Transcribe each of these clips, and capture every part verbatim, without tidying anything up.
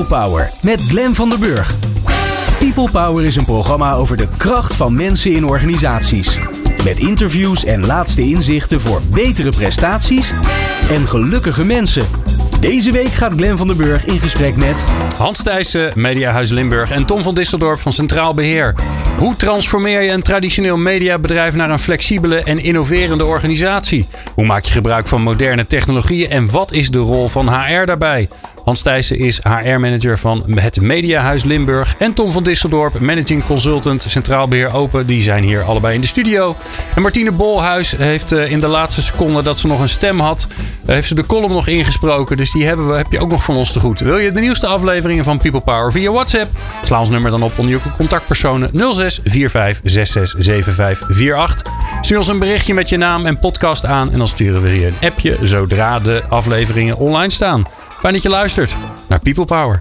Power met Glenn van der Burg. People Power is een programma over de kracht van mensen in organisaties. Met interviews en laatste inzichten voor betere prestaties en gelukkige mensen. Deze week gaat Glenn van der Burg in gesprek met Hans Thijssen, Mediahuis Limburg en Tom van Disseldorp van Centraal Beheer. Hoe transformeer je een traditioneel mediabedrijf naar een flexibele en innoverende organisatie? Hoe maak je gebruik van moderne technologieën en wat is de rol van H R daarbij? Hans Thijssen is H R-manager van het Mediahuis Limburg. En Tom van Disseldorp, managing consultant Centraal Beheer Open. Die zijn hier allebei in de studio. En Martine Bolhuis heeft uh, in de laatste seconde dat ze nog een stem had, uh, heeft ze de column nog ingesproken. Dus die hebben we, heb je ook nog van ons te goed. Wil je de nieuwste afleveringen van People Power via WhatsApp? Sla ons nummer dan op onder je contactpersonen nul zes vier vijf zes zes zeven vijf vier acht. Stuur ons een berichtje met je naam en podcast aan. En dan sturen we je een appje zodra de afleveringen online staan. Fijn dat je luistert naar People Power.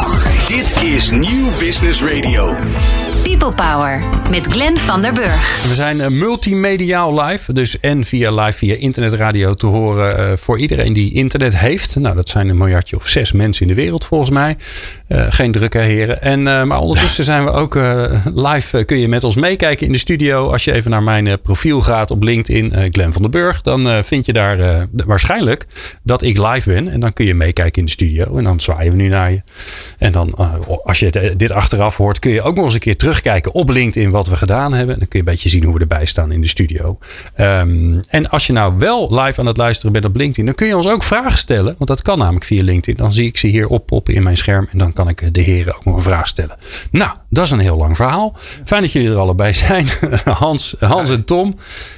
Dit is Nieuw Business Radio. People Power met Glenn van der Burg. We zijn uh, multimediaal live. Dus en via live via internetradio te horen uh, voor iedereen die internet heeft. Nou, dat zijn een miljardje of zes mensen in de wereld volgens mij. Uh, geen druk hè heren. En, uh, maar ondertussen zijn we ook uh, live. Uh, kun je met ons meekijken in de studio. Als je even naar mijn uh, profiel gaat op LinkedIn. Uh, Glenn van der Burg. Dan uh, vind je daar uh, waarschijnlijk dat ik live ben. En dan kun je meekijken in de studio. En dan zwaaien we nu naar je. En dan uh, als je dit achteraf hoort kun je ook nog eens een keer terugkijken op LinkedIn wat we gedaan hebben. En dan kun je een beetje zien hoe we erbij staan in de studio. Um, en als je nou wel live aan het luisteren bent op LinkedIn, dan kun je ons ook vragen stellen. Want dat kan namelijk via LinkedIn. Dan zie ik ze hier oppoppen in mijn scherm. En dan kan ik de heren ook nog een vraag stellen. Nou, dat is een heel lang verhaal. Fijn dat jullie er allebei zijn. Hans, Hans en Tom.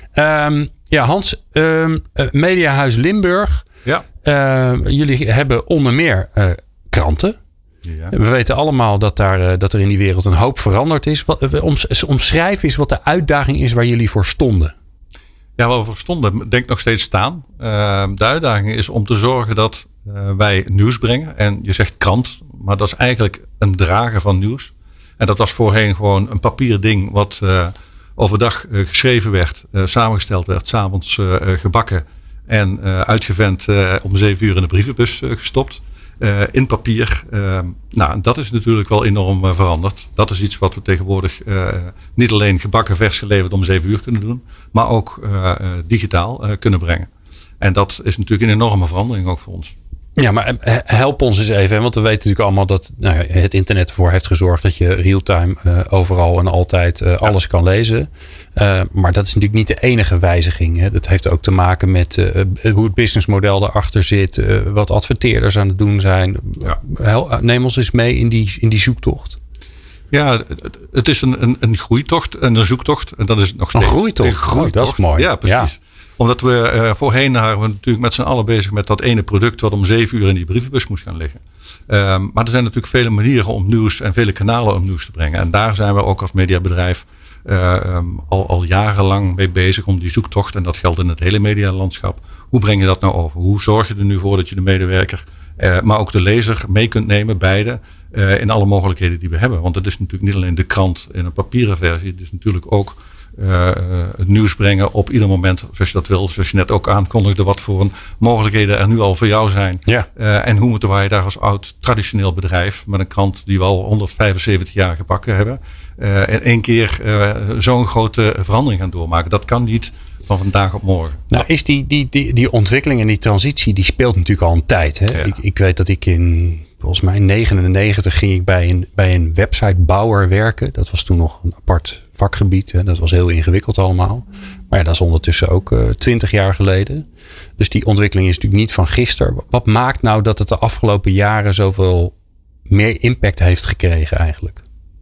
Um, ja, Hans, um, Mediahuis Limburg. Ja. Uh, jullie hebben onder meer uh, kranten. Ja. We weten allemaal dat, daar, dat er in die wereld een hoop veranderd is. Wat, omschrijf eens wat de uitdaging is waar jullie voor stonden. Ja, waar we voor stonden, denk nog steeds staan. Uh, de uitdaging is om te zorgen dat uh, wij nieuws brengen. En je zegt krant, maar dat is eigenlijk een drager van nieuws. En dat was voorheen gewoon een papier ding wat uh, overdag uh, geschreven werd, uh, samengesteld werd, 's avonds uh, gebakken en uh, uitgevent uh, om zeven uur in de brievenbus uh, gestopt. Uh, in papier. Uh, nou, dat is natuurlijk wel enorm uh, veranderd. Dat is iets wat we tegenwoordig uh, niet alleen gebakken vers geleverd om zeven uur kunnen doen, maar ook uh, uh, digitaal uh, kunnen brengen. En dat is natuurlijk een enorme verandering ook voor ons. Ja, maar help ons eens even. Want we weten natuurlijk allemaal dat nou, het internet ervoor heeft gezorgd dat je real-time uh, overal en altijd uh, alles ja. kan lezen. Uh, maar dat is natuurlijk niet de enige wijziging. Hè. Dat heeft ook te maken met uh, hoe het businessmodel erachter zit. Uh, wat adverteerders aan het doen zijn. Ja. Hel, neem ons eens mee in die, in die zoektocht. Ja, het is een, een, een groeitocht en een zoektocht. En dat is het nog steeds. Een groeitocht, een groeitocht. Oh, dat is mooi. Ja, precies. Ja. Omdat we uh, voorheen waren we natuurlijk met z'n allen bezig met dat ene product wat om zeven uur in die brievenbus moest gaan liggen. Um, maar er zijn natuurlijk vele manieren om nieuws en vele kanalen om nieuws te brengen. En daar zijn we ook als mediabedrijf uh, um, al, al jarenlang mee bezig om die zoektocht. En dat geldt in het hele medialandschap. Hoe breng je dat nou over? Hoe zorg je er nu voor dat je de medewerker, uh, maar ook de lezer mee kunt nemen, beide, uh, in alle mogelijkheden die we hebben. Want het is natuurlijk niet alleen de krant in een papieren versie. Het is natuurlijk ook Uh, uh, het nieuws brengen op ieder moment zoals je dat wil. Zoals je net ook aankondigde wat voor een mogelijkheden er nu al voor jou zijn. Ja. Uh, en hoe moeten wij daar als oud traditioneel bedrijf met een krant die we al honderdvijfenzeventig jaar gebakken hebben, uh, in één keer uh, zo'n grote verandering gaan doormaken. Dat kan niet van vandaag op morgen. Nou is die, die, die, die ontwikkeling en die transitie die speelt natuurlijk al een tijd. Hè? Ja. Ik, ik weet dat ik in volgens mij negenennegentig ging ik bij een, bij een websitebouwer werken. Dat was toen nog een apart vakgebied. Hè. Dat was heel ingewikkeld allemaal. Maar ja, dat is ondertussen ook uh, twintig jaar geleden. Dus die ontwikkeling is natuurlijk niet van gisteren. Wat maakt nou dat het de afgelopen jaren zoveel meer impact heeft gekregen eigenlijk?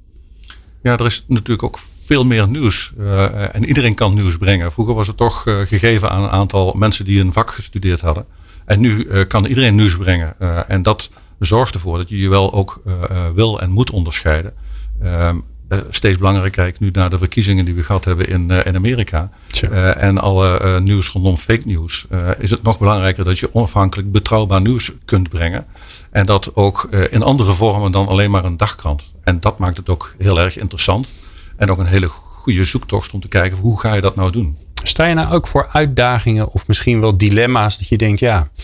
Ja, er is natuurlijk ook veel meer nieuws. Uh, en iedereen kan nieuws brengen. Vroeger was het toch uh, gegeven aan een aantal mensen die een vak gestudeerd hadden. En nu uh, kan iedereen nieuws brengen. Uh, en dat zorgt ervoor dat je je wel ook uh, wil en moet onderscheiden. Uh, uh, steeds belangrijker kijk nu naar de verkiezingen die we gehad hebben in, uh, in Amerika. Uh, en alle uh, nieuws rondom fake nieuws. Uh, is het nog belangrijker dat je onafhankelijk betrouwbaar nieuws kunt brengen. En dat ook uh, in andere vormen dan alleen maar een dagkrant. En dat maakt het ook heel erg interessant. En ook een hele goede zoektocht om te kijken hoe ga je dat nou doen. Sta je nou ook voor uitdagingen of misschien wel dilemma's dat je denkt ja...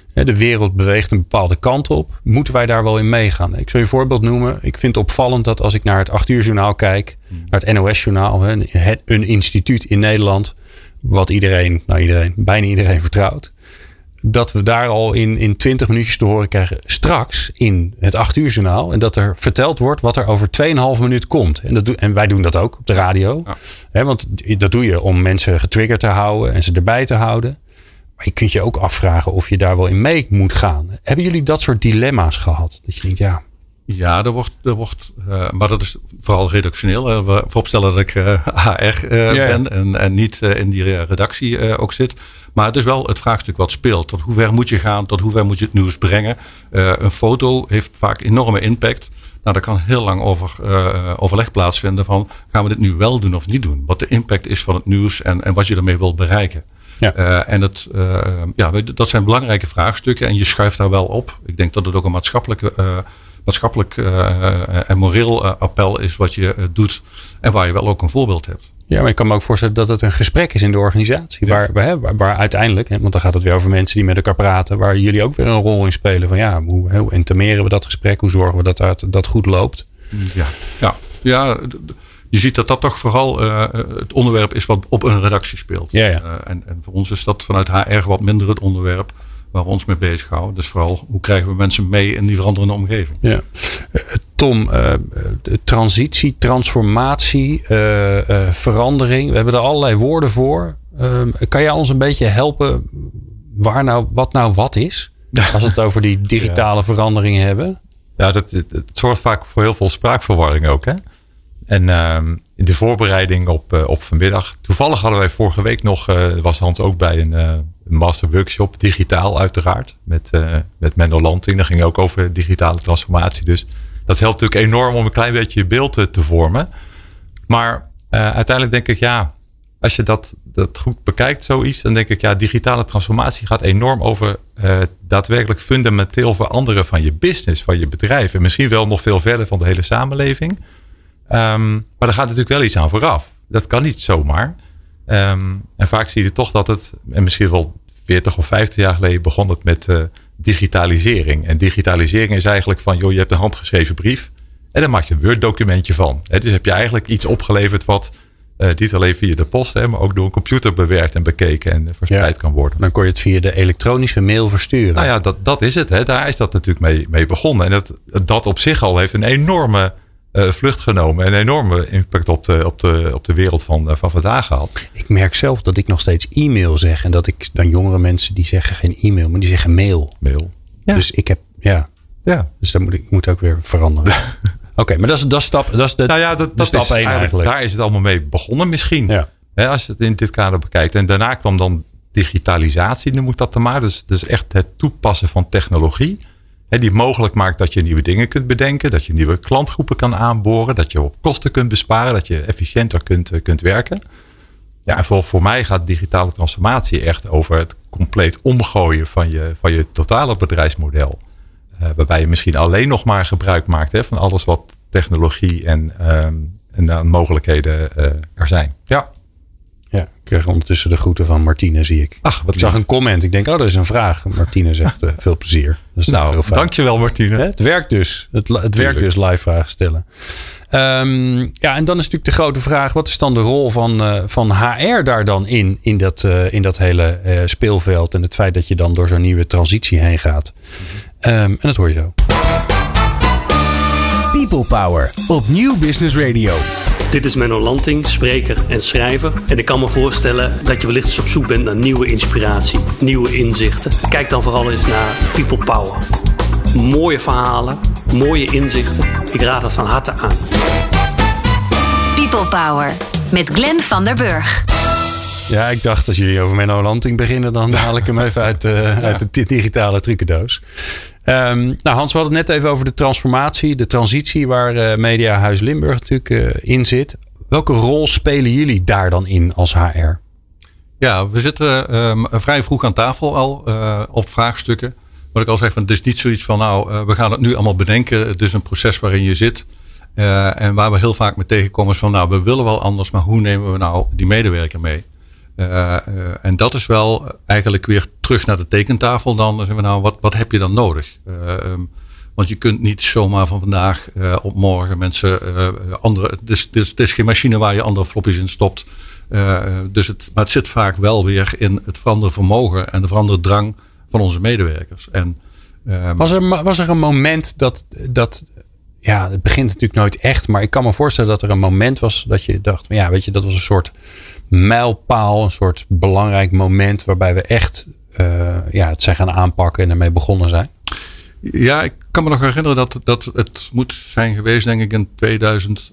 De wereld beweegt een bepaalde kant op. Moeten wij daar wel in meegaan? Ik zal je een voorbeeld noemen. Ik vind het opvallend dat als ik naar het acht uur journaal kijk. Naar het N O S-journaal. Een instituut in Nederland. Wat iedereen, nou iedereen, bijna iedereen vertrouwt. Dat we daar al in, in twintig minuutjes te horen krijgen. Straks in het acht uur journaal. En dat er verteld wordt wat er over twee komma vijf minuut komt. En, dat do- en wij doen dat ook op de radio. Ja. He, want dat doe je om mensen getriggerd te houden. En ze erbij te houden. Maar je kunt je ook afvragen of je daar wel in mee moet gaan. Hebben jullie dat soort dilemma's gehad? Dat je denkt, ja... Ja, er wordt, er wordt uh, maar dat is vooral redactioneel. Uh, we vooropstellen dat ik uh, H R uh, ja, ben ja. En, en niet uh, in die redactie uh, ook zit. Maar het is wel het vraagstuk wat speelt. Tot hoe ver moet je gaan? Tot hoe ver moet je het nieuws brengen? Uh, een foto heeft vaak enorme impact. Nou, daar kan heel lang over uh, overleg plaatsvinden van... gaan we dit nu wel doen of niet doen? Wat de impact is van het nieuws en, en wat je ermee wilt bereiken. Ja. Uh, en het, uh, ja, dat zijn belangrijke vraagstukken en je schuift daar wel op. Ik denk dat het ook een maatschappelijke... Uh, maatschappelijk uh, en moreel uh, appel is wat je uh, doet en waar je wel ook een voorbeeld hebt. Ja, maar ik kan me ook voorstellen dat het een gesprek is in de organisatie. Ja. Waar, waar, waar, waar uiteindelijk, hè, want dan gaat het weer over mensen die met elkaar praten, waar jullie ook weer een rol in spelen. Van ja, hoe, hoe intimeren we dat gesprek? Hoe zorgen we dat dat, dat goed loopt? Ja, ja, ja, je ziet dat dat toch vooral uh, het onderwerp is wat op een redactie speelt. Ja, ja. Uh, en, en voor ons is dat vanuit H R wat minder het onderwerp waar we ons mee bezighouden. Dus vooral, hoe krijgen we mensen mee in die veranderende omgeving? Ja. Uh, Tom, uh, de transitie, transformatie, uh, uh, verandering. We hebben er allerlei woorden voor. Uh, kan jij ons een beetje helpen waar nou, wat nou wat is? Als we het over die digitale ja. verandering hebben. Ja, dat, het, het zorgt vaak voor heel veel spraakverwarring ook. Hè? En uh, in de voorbereiding op, uh, op vanmiddag. Toevallig hadden wij vorige week nog, uh, was Hans ook bij een... Uh, Een master workshop, digitaal uiteraard. Met, uh, met Menno Lanting. Daar ging ook over digitale transformatie. Dus dat helpt natuurlijk enorm om een klein beetje je beeld te, te vormen. Maar uh, uiteindelijk denk ik, ja, als je dat, dat goed bekijkt, zoiets. Dan denk ik, ja, digitale transformatie gaat enorm over uh, daadwerkelijk fundamenteel veranderen van je business, van je bedrijf. En misschien wel nog veel verder van de hele samenleving. Um, maar daar gaat natuurlijk wel iets aan vooraf. Dat kan niet zomaar. Um, en vaak zie je toch dat het, en misschien wel veertig of vijftig jaar geleden begon het met uh, digitalisering. En digitalisering is eigenlijk van, joh, je hebt een handgeschreven brief en dan maak je een Word documentje van. He, dus heb je eigenlijk iets opgeleverd wat uh, niet alleen via de post, hè, maar ook door een computer bewerkt en bekeken en verspreid ja, kan worden. Dan kon je het via de elektronische mail versturen. Nou ja, dat, dat is het. Hè. Daar is dat natuurlijk mee, mee begonnen. En dat, dat op zich al heeft een enorme Uh, vlucht genomen en een enorme impact op de, op de, op de wereld van, uh, van vandaag gehad. Ik merk zelf dat ik nog steeds e-mail zeg en dat ik dan jongere mensen die zeggen geen e-mail, maar die zeggen mail. Mail. Ja. Dus ik heb, ja. ja. Dus dat moet ik, ik moet ook weer veranderen. Oké, okay, maar dat is, dat is stap, dat is de, nou ja, dat, de dat stap is één eigenlijk, eigenlijk. Daar is het allemaal mee begonnen misschien. Ja. Hè, als je het in dit kader bekijkt. En daarna kwam dan digitalisatie, noem ik dat dan maar. Dus, dus echt het toepassen van technologie. He, die mogelijk maakt dat je nieuwe dingen kunt bedenken. Dat je nieuwe klantgroepen kan aanboren. Dat je op kosten kunt besparen. Dat je efficiënter kunt, uh, kunt werken. Ja, en voor, voor mij gaat digitale transformatie echt over het compleet omgooien van je, van je totale bedrijfsmodel. Uh, waarbij je misschien alleen nog maar gebruik maakt hè, van alles wat technologie en, um, en uh, mogelijkheden uh, er zijn. Ja. Ja, ik kreeg ondertussen de groeten van Martine, zie ik. Ach, wat ik zag een comment. Ik denk, oh, dat is een vraag. Martine zegt, uh, veel plezier. Dat is nou, dankjewel Martine. Hè? Het werkt dus. Het, het werkt dus live vragen stellen. Um, ja, en dan is natuurlijk de grote vraag, wat is dan de rol van, uh, van H R daar dan in? In dat, uh, in dat hele uh, speelveld en het feit dat je dan door zo'n nieuwe transitie heen gaat. Um, en dat hoor je zo. People Power op Nieuw Business Radio. Dit is Menno Lanting, spreker en schrijver. En ik kan me voorstellen dat je wellicht eens op zoek bent naar nieuwe inspiratie, nieuwe inzichten. Kijk dan vooral eens naar People Power. Mooie verhalen, mooie inzichten. Ik raad het van harte aan. People Power met Glenn van der Burg. Ja, ik dacht als jullie over Menno Lanting beginnen, dan haal ik hem even uit, uh, uit de digitale trucendoos. Um, nou Hans, we hadden het net even over de transformatie, de transitie waar uh, Mediahuis Limburg natuurlijk uh, in zit. Welke rol spelen jullie daar dan in als H R? Ja, we zitten um, vrij vroeg aan tafel al uh, op vraagstukken. Wat ik al zeg, van, het is niet zoiets van nou, uh, we gaan het nu allemaal bedenken. Het is een proces waarin je zit. Uh, en waar we heel vaak mee tegenkomen is van nou, we willen wel anders, maar hoe nemen we nou die medewerker mee? Uh, uh, en dat is wel eigenlijk weer terug naar de tekentafel. Dan zeggen we nou, wat, wat heb je dan nodig? Uh, um, want je kunt niet zomaar van vandaag uh, op morgen mensen uh, andere. Het is, het, is, het is geen machine waar je andere floppies in stopt. Uh, dus het, maar het zit vaak wel weer in het veranderen vermogen en de veranderde drang van onze medewerkers. En, um, was, er, was er een moment dat, dat. Ja, het begint natuurlijk nooit echt. Maar ik kan me voorstellen dat er een moment was dat je dacht. Ja, weet je, dat was een soort mijlpaal. Een soort belangrijk moment waarbij we echt uh, ja, het zijn gaan aanpakken en ermee begonnen zijn. Ja, ik kan me nog herinneren dat, dat het moet zijn geweest, denk ik, in tweeduizend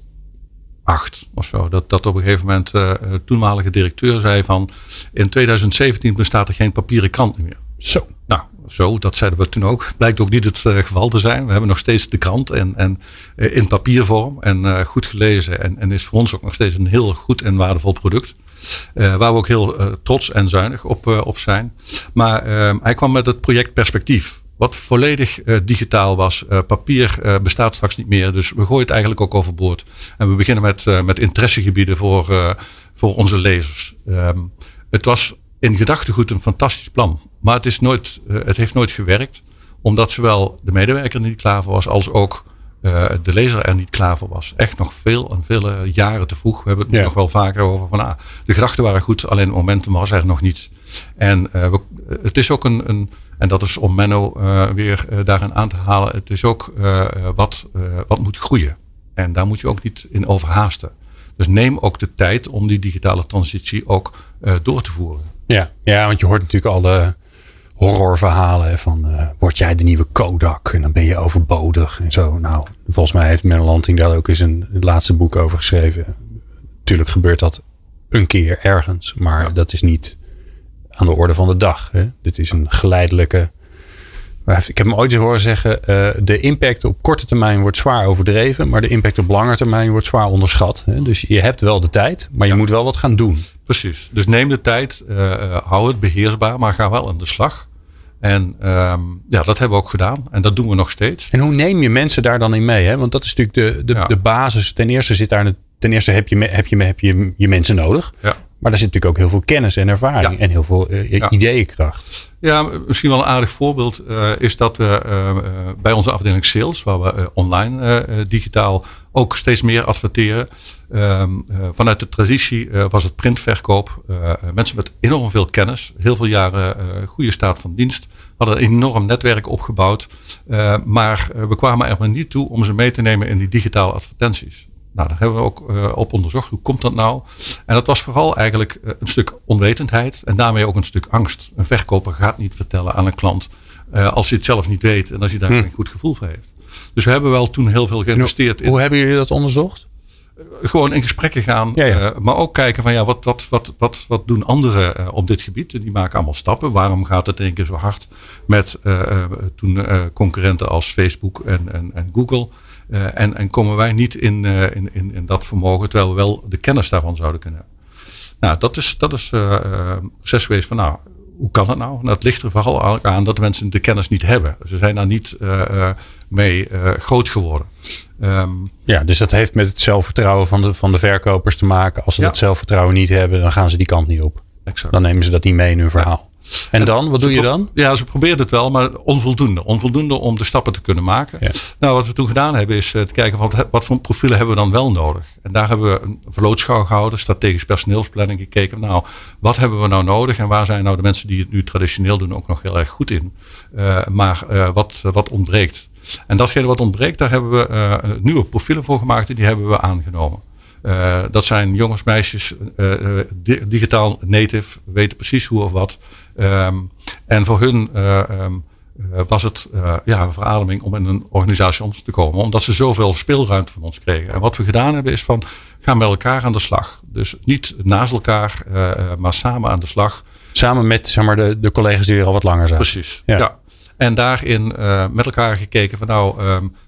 acht of zo. Dat, dat op een gegeven moment uh, de toenmalige directeur zei van in tweeduizend zeventien bestaat er geen papieren krant meer. Zo. Nou, zo, dat zeiden we toen ook. Blijkt ook niet het uh, geval te zijn. We hebben nog steeds de krant en, en uh, in papiervorm en uh, goed gelezen. En, en is voor ons ook nog steeds een heel goed en waardevol product. Uh, waar we ook heel uh, trots en zuinig op, uh, op zijn. Maar uh, hij kwam met het project Perspectief. Wat volledig uh, digitaal was. Uh, papier uh, bestaat straks niet meer. Dus we gooien het eigenlijk ook overboord. En we beginnen met, uh, met interessegebieden voor, uh, voor onze lezers. Um, het was in gedachtegoed een fantastisch plan. Maar het, is nooit, uh, het heeft nooit gewerkt. Omdat zowel de medewerker er niet klaar voor was. Als ook uh, de lezer er niet klaar voor was. Echt nog veel en vele jaren te vroeg. We hebben het ja. nog wel vaker over van. Ah, de gedachten waren goed. Alleen het momentum was er nog niet. En uh, we, het is ook een... een En dat is om Menno uh, weer uh, daarin aan te halen. Het is ook uh, wat, uh, wat moet groeien. En daar moet je ook niet in overhaasten. Dus neem ook de tijd om die digitale transitie ook uh, door te voeren. Ja, ja, want je hoort natuurlijk alle horrorverhalen van uh, word jij de nieuwe Kodak en dan ben je overbodig en zo. Nou, volgens mij heeft Menno Lanting daar ook eens een het laatste boek over geschreven. Tuurlijk gebeurt dat een keer ergens, maar ja. dat is niet aan de orde van de dag. Hè? Dit is een geleidelijke. Ik heb hem ooit eens horen zeggen. Uh, de impact op korte termijn wordt zwaar overdreven. Maar de impact op lange termijn wordt zwaar onderschat. Hè? Dus je hebt wel de tijd. Maar je ja. moet wel wat gaan doen. Precies. Dus neem de tijd. Uh, hou het beheersbaar. Maar ga wel aan de slag. En um, ja, dat hebben we ook gedaan. En dat doen we nog steeds. En hoe neem je mensen daar dan in mee? Hè? Want dat is natuurlijk de, de, ja. de basis. Ten eerste zit daar. Ten eerste heb je, heb je, heb je je mensen nodig. Ja. Maar daar zit natuurlijk ook heel veel kennis en ervaring. Ja. En heel veel uh, ja. ideeënkracht. Ja, misschien wel een aardig voorbeeld uh, is dat we uh, bij onze afdeling sales, waar we uh, online uh, digitaal ook steeds meer adverteren. Uh, uh, vanuit de traditie uh, was het printverkoop. Uh, mensen met enorm veel kennis, heel veel jaren uh, goede staat van dienst, hadden een enorm netwerk opgebouwd. Uh, maar uh, we kwamen er maar niet toe om ze mee te nemen in die digitale advertenties. Nou, daar hebben we ook uh, op onderzocht. Hoe komt dat nou? En dat was vooral eigenlijk uh, een stuk onwetendheid. En daarmee ook een stuk angst. Een verkoper gaat niet vertellen aan een klant. Uh, als hij het zelf niet weet. En als hij daar hm. geen goed gevoel voor heeft. Dus we hebben wel toen heel veel geïnvesteerd. Hoe in, hebben jullie dat onderzocht? Uh, gewoon in gesprekken gaan. Ja, ja. Uh, maar ook kijken van ja, wat, wat, wat, wat, wat doen anderen uh, op dit gebied? Die maken allemaal stappen. Waarom gaat het in één keer zo hard met uh, uh, toen uh, concurrenten als Facebook en, en, en Google? Uh, en, en komen wij niet in, uh, in, in, in dat vermogen, terwijl we wel de kennis daarvan zouden kunnen hebben. Nou, dat is, dat is uh, uh, proces geweest van, nou, hoe kan dat nou? Nou, het ligt er vooral aan dat de mensen de kennis niet hebben. Ze zijn daar niet uh, uh, mee uh, groot geworden. Um, ja, dus dat heeft met het zelfvertrouwen van de, van de verkopers te maken. Als ze ja. dat zelfvertrouwen niet hebben, dan gaan ze die kant niet op. Exact. Dan nemen ze dat niet mee in hun verhaal. Ja. En dan, wat doe je dan? Ja, ze probeerden het wel, maar onvoldoende. Onvoldoende om de stappen te kunnen maken. Ja. Nou, wat we toen gedaan hebben is te kijken van wat voor profielen hebben we dan wel nodig. En daar hebben we een verlootschouw gehouden, strategisch personeelsplanning gekeken. Nou, wat hebben we nou nodig en waar zijn nou de mensen die het nu traditioneel doen ook nog heel erg goed in. Uh, maar uh, wat, wat ontbreekt. En datgene wat ontbreekt, daar hebben we uh, nieuwe profielen voor gemaakt en die hebben we aangenomen. Uh, dat zijn jongens, meisjes, uh, digitaal native, weten precies hoe of wat. Um, en voor hun uh, um, uh, was het uh, ja, een verademing om in een organisatie ons te komen. Omdat ze zoveel speelruimte van ons kregen. En wat we gedaan hebben is van, ga met elkaar aan de slag. Dus niet naast elkaar, uh, maar samen aan de slag. Samen met zeg maar, de, de collega's die er al wat langer zijn. Precies, ja. ja. En daarin uh, met elkaar gekeken van nou, um,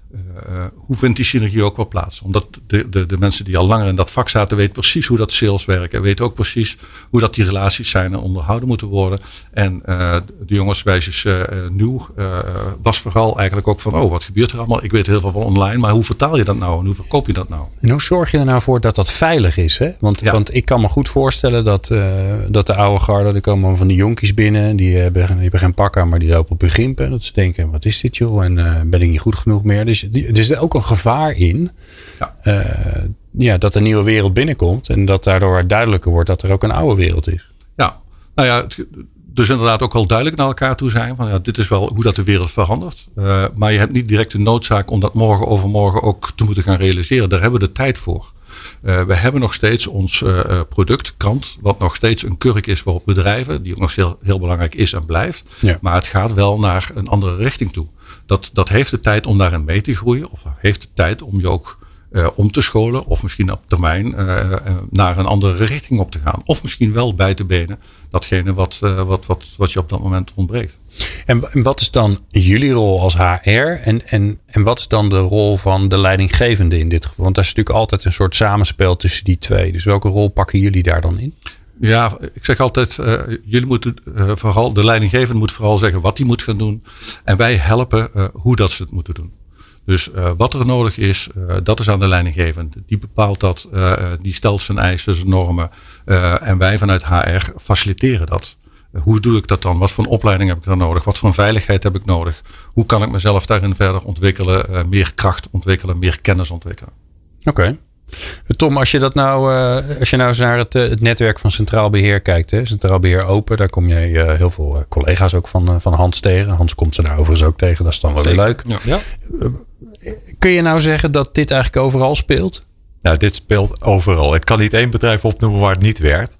Uh, hoe vindt die synergie ook wel plaats? Omdat de, de, de mensen die al langer in dat vak zaten weten precies hoe dat sales werkt. En weten ook precies hoe dat die relaties zijn en onderhouden moeten worden. En uh, de jongenswijsjes uh, nieuw uh, was vooral eigenlijk ook van, oh, wat gebeurt er allemaal? Ik weet heel veel van online, maar hoe vertaal je dat nou en hoe verkoop je dat nou? En hoe zorg je er nou voor dat dat veilig is? Hè? Want, ja. want ik kan me goed voorstellen dat, uh, dat de oude garde, er komen van die jonkies binnen, die hebben, die hebben geen pak aan, maar die lopen op hun gimpen. Dat ze denken, wat is dit joh? En uh, ben ik niet goed genoeg meer? Dus er is ook een gevaar in ja. Uh, ja, dat een nieuwe wereld binnenkomt en dat daardoor duidelijker wordt dat er ook een oude wereld is. Ja, nou ja, dus inderdaad ook wel duidelijk naar elkaar toe zijn van ja, dit is wel hoe dat de wereld verandert. Uh, maar je hebt niet direct de noodzaak om dat morgen overmorgen ook te moeten gaan realiseren. Daar hebben we de tijd voor. Uh, we hebben nog steeds ons uh, product, krant, wat nog steeds een kurk is waarop we drijven, die ook nog heel, heel belangrijk is en blijft. Ja. Maar het gaat wel naar een andere richting toe. Dat, dat heeft de tijd om daarin mee te groeien. Of heeft de tijd om je ook uh, om te scholen. Of misschien op termijn uh, uh, naar een andere richting op te gaan. Of misschien wel bij te benen datgene wat, uh, wat, wat, wat je op dat moment ontbreekt. En, en wat is dan jullie rol als H R? En, en, en wat is dan de rol van de leidinggevende in dit geval? Want daar is natuurlijk altijd een soort samenspel tussen die twee. Dus welke rol pakken jullie daar dan in? Ja, ik zeg altijd, uh, jullie moeten uh, vooral, de leidinggevende moet vooral zeggen wat hij moet gaan doen. En wij helpen uh, hoe dat ze het moeten doen. Dus uh, wat er nodig is, uh, dat is aan de leidinggevende. Die bepaalt dat, uh, die stelt zijn eisen, zijn normen. Uh, en wij vanuit H R faciliteren dat. Uh, hoe doe ik dat dan? Wat voor een opleiding heb ik dan nodig? Wat voor een veiligheid heb ik nodig? Hoe kan ik mezelf daarin verder ontwikkelen? Uh, meer kracht ontwikkelen, meer kennis ontwikkelen. Oké. Okay. Tom, als je dat nou, uh, als je nou eens naar het, uh, het netwerk van Centraal Beheer kijkt, hè, Centraal Beheer Open, daar kom je uh, heel veel uh, collega's ook van, uh, van Hans tegen. Hans komt ze daar overigens ook tegen, dat is dan wel weer leuk. Ja. Ja. Uh, kun je nou zeggen dat dit eigenlijk overal speelt? Nou, dit speelt overal. Ik kan niet één bedrijf opnoemen waar het niet werkt.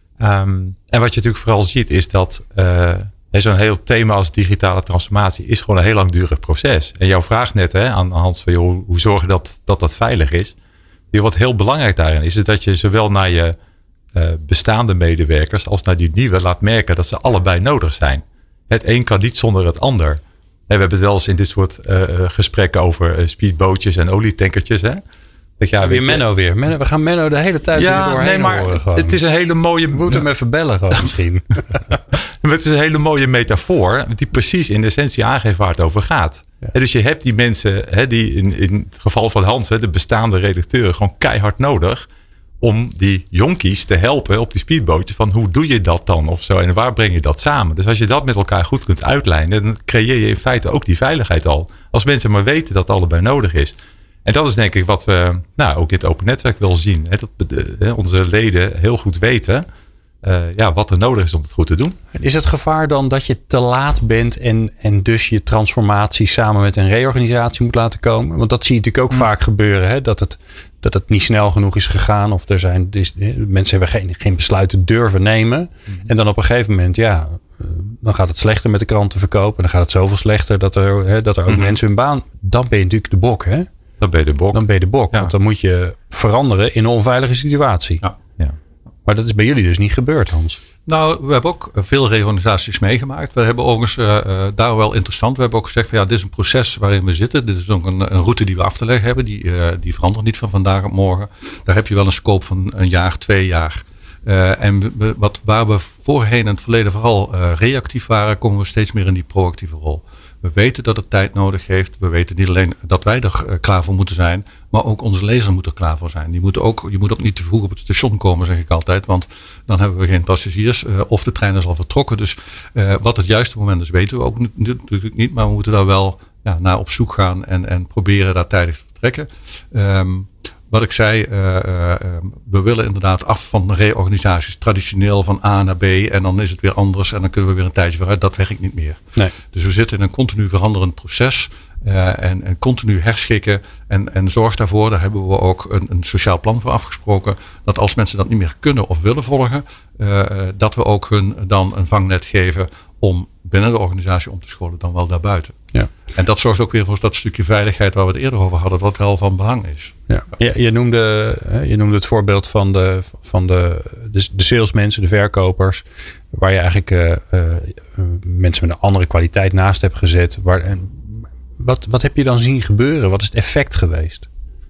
Um, en wat je natuurlijk vooral ziet is dat uh, zo'n heel thema als digitale transformatie is gewoon een heel langdurig proces. En jouw vraag net hè, aan Hans, van, joh, hoe zorgen dat, dat dat veilig is? Wat heel belangrijk daarin is, is dat je zowel naar je uh, bestaande medewerkers als naar die nieuwe laat merken dat ze allebei nodig zijn. Het een kan niet zonder het ander. En we hebben het wel eens in dit soort uh, gesprekken over uh, speedbootjes en olietankertjes. Hè? Dat, ja, weer Menno weer. Menno, we gaan Menno de hele tijd ja, doorheen nee, maar horen. Gewoon. Het is een hele mooie... We moeten hem even bellen gewoon misschien. Het is een hele mooie metafoor die precies in de essentie aangeeft waar het over gaat. Ja. En dus je hebt die mensen, hè, die in, in het geval van Hans, hè, de bestaande redacteuren, gewoon keihard nodig om die jonkies te helpen op die speedbootje van hoe doe je dat dan of zo en waar breng je dat samen. Dus als je dat met elkaar goed kunt uitlijnen, dan creëer je in feite ook die veiligheid al. Als mensen maar weten dat het allebei nodig is. En dat is denk ik wat we nou, ook in het open netwerk wel zien. Hè, dat de, hè, onze leden heel goed weten uh, ja, wat er nodig is om het goed te doen. Is het gevaar dan dat je te laat bent en, en dus je transformatie samen met een reorganisatie moet laten komen? Want dat zie je natuurlijk ook mm. vaak gebeuren. Hè? Dat, het, dat het niet snel genoeg is gegaan. Of er zijn dus, mensen hebben geen, geen besluiten durven nemen. Mm. En dan op een gegeven moment, ja, dan gaat het slechter met de krantenverkoop. En dan gaat het zoveel slechter dat er, hè, dat er ook mm. mensen hun baan... Dan ben je natuurlijk de bok, hè? Dan ben je de bok. Dan ben je de bok. Ja. Want dan moet je veranderen in een onveilige situatie. Ja. Ja. Maar dat is bij jullie dus niet gebeurd, Hans. Nou, we hebben ook veel reorganisaties meegemaakt. We hebben overigens uh, daar wel interessant. We hebben ook gezegd van ja, dit is een proces waarin we zitten. Dit is ook een, een route die we af te leggen hebben. Die, uh, die verandert niet van vandaag op morgen. Daar heb je wel een scope van een jaar, twee jaar. Uh, en we, wat, waar we voorheen in het verleden vooral uh, reactief waren, komen we steeds meer in die proactieve rol. We weten dat het tijd nodig heeft. We weten niet alleen dat wij er uh, klaar voor moeten zijn, maar ook onze lezer moet er klaar voor zijn. Die moeten ook, je moet ook niet te vroeg op het station komen, zeg ik altijd, want dan hebben we geen passagiers uh, of de trein is al vertrokken. Dus uh, wat het juiste moment is, weten we ook natuurlijk niet, maar we moeten daar wel ja, naar op zoek gaan en, en proberen daar tijdig te vertrekken. Um, Wat ik zei, uh, uh, we willen inderdaad af van reorganisaties traditioneel van A naar B en dan is het weer anders en dan kunnen we weer een tijdje vooruit. Dat werkt niet meer. Nee. Dus we zitten in een continu veranderend proces uh, en, en continu herschikken en, en zorg daarvoor, daar hebben we ook een, een sociaal plan voor afgesproken, dat als mensen dat niet meer kunnen of willen volgen, uh, dat we ook hun dan een vangnet geven om binnen de organisatie om te scholen dan wel daarbuiten. Ja. En dat zorgt ook weer voor dat stukje veiligheid waar we het eerder over hadden, wat wel van belang is. Ja. Je, je, noemde, je noemde het voorbeeld van de, van de, de, de salesmensen, de verkopers, waar je eigenlijk uh, uh, mensen met een andere kwaliteit naast hebt gezet. Waar, en wat, wat heb je dan zien gebeuren? Wat is het effect geweest?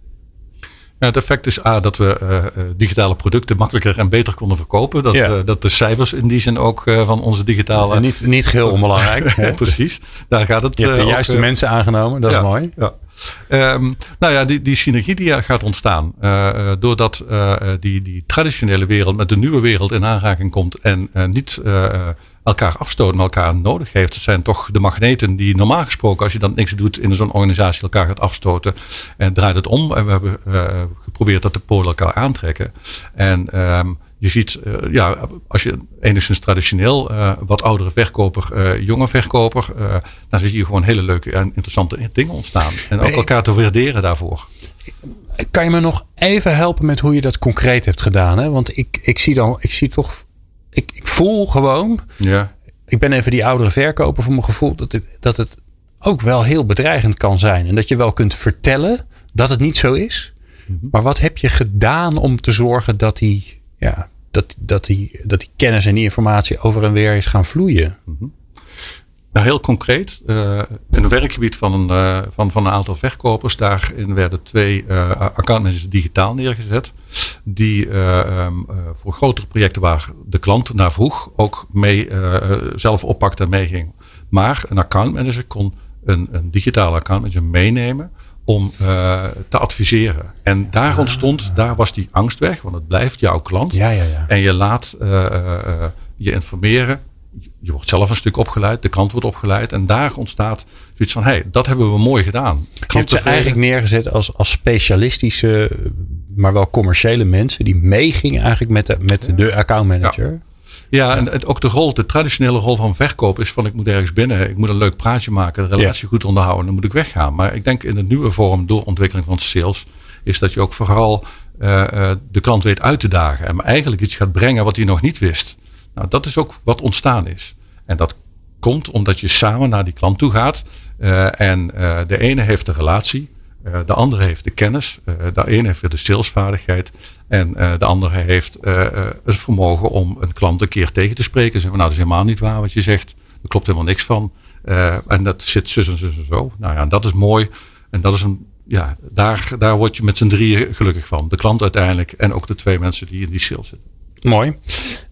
Ja, het effect is A, dat we uh, digitale producten makkelijker en beter konden verkopen. Dat, ja. uh, dat de cijfers in die zin ook uh, van onze digitale... En niet, niet geheel onbelangrijk. Ja, precies. Daar gaat het. Je hebt de uh, juiste ook, uh, mensen aangenomen. Dat ja, is mooi. Ja. Um, nou ja, die, die synergie die gaat ontstaan. Uh, uh, doordat uh, die, die traditionele wereld met de nieuwe wereld in aanraking komt. En uh, niet uh, elkaar afstoten, maar elkaar nodig heeft. Het zijn toch de magneten die normaal gesproken, als je dan niks doet in zo'n organisatie, elkaar gaat afstoten. En draait het om. En we hebben uh, geprobeerd dat de polen elkaar aantrekken. En um, je ziet, uh, ja, als je enigszins traditioneel, uh, wat oudere verkoper, uh, jonge verkoper, uh, dan zie je gewoon hele leuke en interessante dingen ontstaan. En ook elkaar te waarderen daarvoor. Kan je me nog even helpen met hoe je dat concreet hebt gedaan? Hè? Want ik, ik zie dan, ik zie toch, ik, ik voel gewoon, ja. Ik ben even die oudere verkoper voor mijn gevoel, dat het, dat het ook wel heel bedreigend kan zijn. En dat je wel kunt vertellen dat het niet zo is. Mm-hmm. Maar wat heb je gedaan om te zorgen dat die, ja, dat, dat, die, dat die kennis en die informatie over en weer is gaan vloeien? Mm-hmm. Nou, heel concreet, uh, in een werkgebied van een, uh, van, van een aantal verkopers, daarin werden twee uh, accountmanagers digitaal neergezet. Die uh, um, uh, voor grotere projecten waar de klant naar vroeg ook mee uh, zelf oppakte en meeging. Maar een accountmanager kon een, een digitale accountmanager meenemen om uh, te adviseren. En daar ontstond, ah, daar was die angst weg, want het blijft jouw klant. Ja, ja, ja. En je laat uh, uh, je informeren. Je wordt zelf een stuk opgeleid, de klant wordt opgeleid. En daar ontstaat zoiets van, hé, hey, dat hebben we mooi gedaan. Je hebt ze eigenlijk neergezet als, als specialistische, maar wel commerciële mensen die meegingen eigenlijk met de, met ja. de accountmanager. Ja. Ja, en het, ook de rol, de traditionele rol van verkoop is van ik moet ergens binnen, ik moet een leuk praatje maken, de relatie ja. goed onderhouden, dan moet ik weggaan. Maar ik denk in de nieuwe vorm door ontwikkeling van sales is dat je ook vooral uh, uh, de klant weet uit te dagen en eigenlijk iets gaat brengen wat hij nog niet wist. Nou, dat is ook wat ontstaan is. En dat komt omdat je samen naar die klant toe gaat. Uh, en uh, de ene heeft de relatie. Uh, de andere heeft de kennis. Uh, de ene heeft weer de salesvaardigheid. En uh, de andere heeft uh, uh, het vermogen om een klant een keer tegen te spreken. Zeggen we, nou, dat is helemaal niet waar wat je zegt. Er klopt helemaal niks van. Uh, en dat zit zus en zus en zo. Nou ja, dat is mooi. En dat is een, ja, daar, daar word je met z'n drieën gelukkig van. De klant uiteindelijk en ook de twee mensen die in die sales zitten. Mooi. Uh,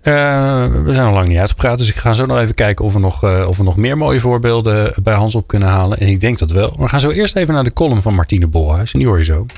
we zijn al lang niet uitgepraat, dus ik ga zo nog even kijken of we nog, uh, of we nog meer mooie voorbeelden bij Hans op kunnen halen. En ik denk dat wel. Maar we gaan zo eerst even naar de column van Martine Bolhuis. En die hoor je zo.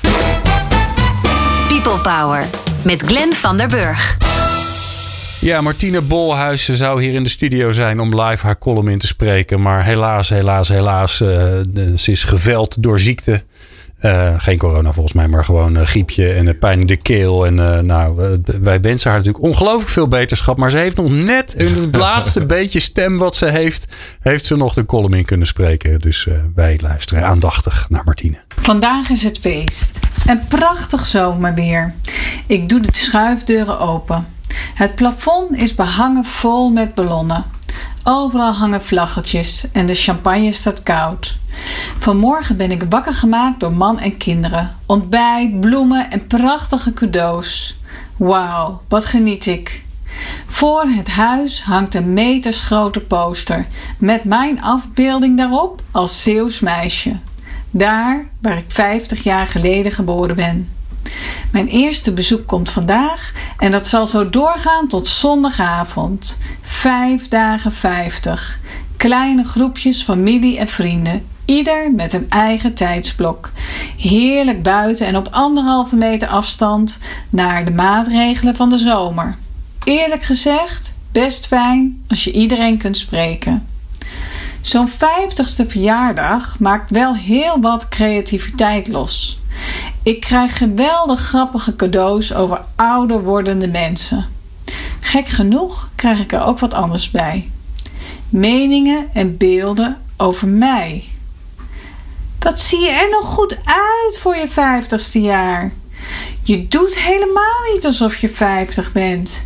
People Power met Glenn van der Burg. Ja, Martine Bolhuis zou hier in de studio zijn om live haar column in te spreken. Maar helaas, helaas, helaas. Uh, ze is geveld door ziekte. Uh, geen corona volgens mij, maar gewoon uh, griepje en uh, pijn in de keel. En uh, nou, uh, wij wensen haar natuurlijk ongelooflijk veel beterschap. Maar ze heeft nog net in het laatste beetje stem wat ze heeft, heeft ze nog de column in kunnen spreken. Dus uh, wij luisteren aandachtig naar Martine. Vandaag is het feest. Een prachtig zomerweer. Ik doe de schuifdeuren open. Het plafond is behangen vol met ballonnen. Overal hangen vlaggetjes en de champagne staat koud. Vanmorgen ben ik wakker gemaakt door man en kinderen. Ontbijt, bloemen en prachtige cadeaus. Wauw, wat geniet ik. Voor het huis hangt een metersgrote poster met mijn afbeelding daarop als Zeeuws meisje. Daar waar ik vijftig jaar geleden geboren ben. Mijn eerste bezoek komt vandaag en dat zal zo doorgaan tot zondagavond. Vijf dagen vijftig. Kleine groepjes familie en vrienden. Ieder met een eigen tijdsblok. Heerlijk buiten en op anderhalve meter afstand naar de maatregelen van de zomer. Eerlijk gezegd, best fijn als je iedereen kunt spreken. Zo'n vijftigste verjaardag maakt wel heel wat creativiteit los. Ik krijg geweldig grappige cadeaus over ouder wordende mensen. Gek genoeg krijg ik er ook wat anders bij. Meningen en beelden over mij. Wat zie je er nog goed uit voor je vijftigste jaar? Je doet helemaal niet alsof je vijftig bent.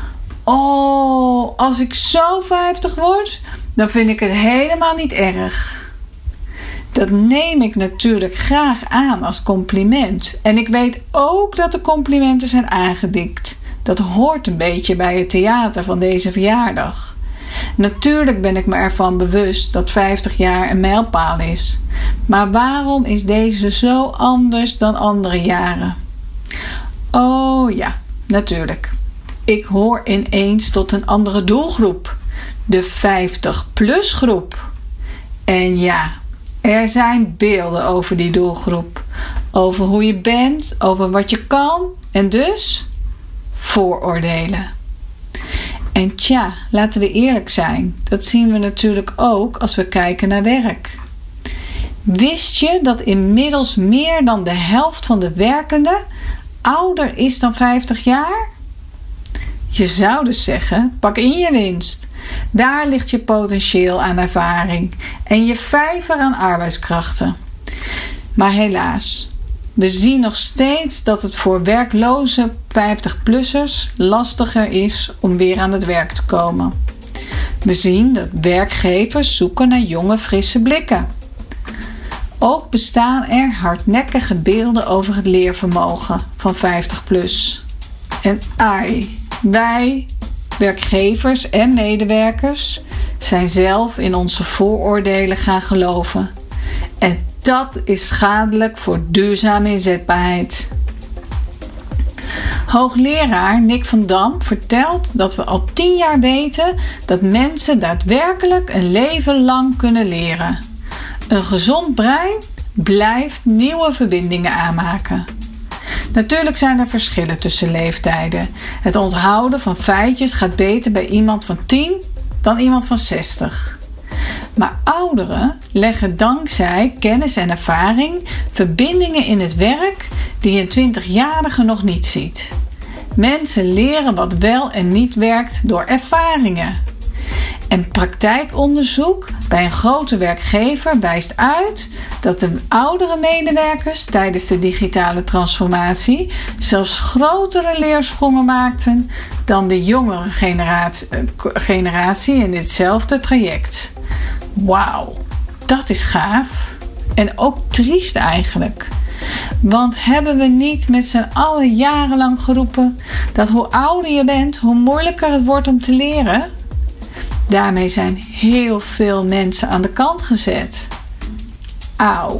Oh, als ik zo vijftig word, dan vind ik het helemaal niet erg. Dat neem ik natuurlijk graag aan als compliment. En ik weet ook dat de complimenten zijn aangedikt. Dat hoort een beetje bij het theater van deze verjaardag. Natuurlijk ben ik me ervan bewust dat vijftig jaar een mijlpaal is. Maar waarom is deze zo anders dan andere jaren? Oh ja, natuurlijk. Ik hoor ineens tot een andere doelgroep. De vijftig-plus groep. En ja, er zijn beelden over die doelgroep. Over hoe je bent, over wat je kan en dus vooroordelen. En tja, laten we eerlijk zijn. Dat zien we natuurlijk ook als we kijken naar werk. Wist je dat inmiddels meer dan de helft van de werkenden ouder is dan vijftig jaar? Je zou dus zeggen, pak in je winst. Daar ligt je potentieel aan ervaring en je vijver aan arbeidskrachten. Maar helaas, we zien nog steeds dat het voor werkloze vijftig-plussers lastiger is om weer aan het werk te komen. We zien dat werkgevers zoeken naar jonge, frisse blikken. Ook bestaan er hardnekkige beelden over het leervermogen van vijftig plus. En ai, wij, werkgevers en medewerkers, zijn zelf in onze vooroordelen gaan geloven. En dat is schadelijk voor duurzame inzetbaarheid. Hoogleraar Nick van Dam vertelt dat we al tien jaar weten dat mensen daadwerkelijk een leven lang kunnen leren. Een gezond brein blijft nieuwe verbindingen aanmaken. Natuurlijk zijn er verschillen tussen leeftijden. Het onthouden van feitjes gaat beter bij iemand van tien dan iemand van zestig. Maar ouderen leggen dankzij kennis en ervaring verbindingen in het werk die een twintigjarige nog niet ziet. Mensen leren wat wel en niet werkt door ervaringen. En praktijkonderzoek bij een grote werkgever wijst uit dat de oudere medewerkers tijdens de digitale transformatie zelfs grotere leersprongen maakten dan de jongere generatie, generatie in ditzelfde traject. Wauw, dat is gaaf. En ook triest eigenlijk. Want hebben we niet met z'n allen jarenlang geroepen dat hoe ouder je bent, hoe moeilijker het wordt om te leren? Daarmee zijn heel veel mensen aan de kant gezet. Auw.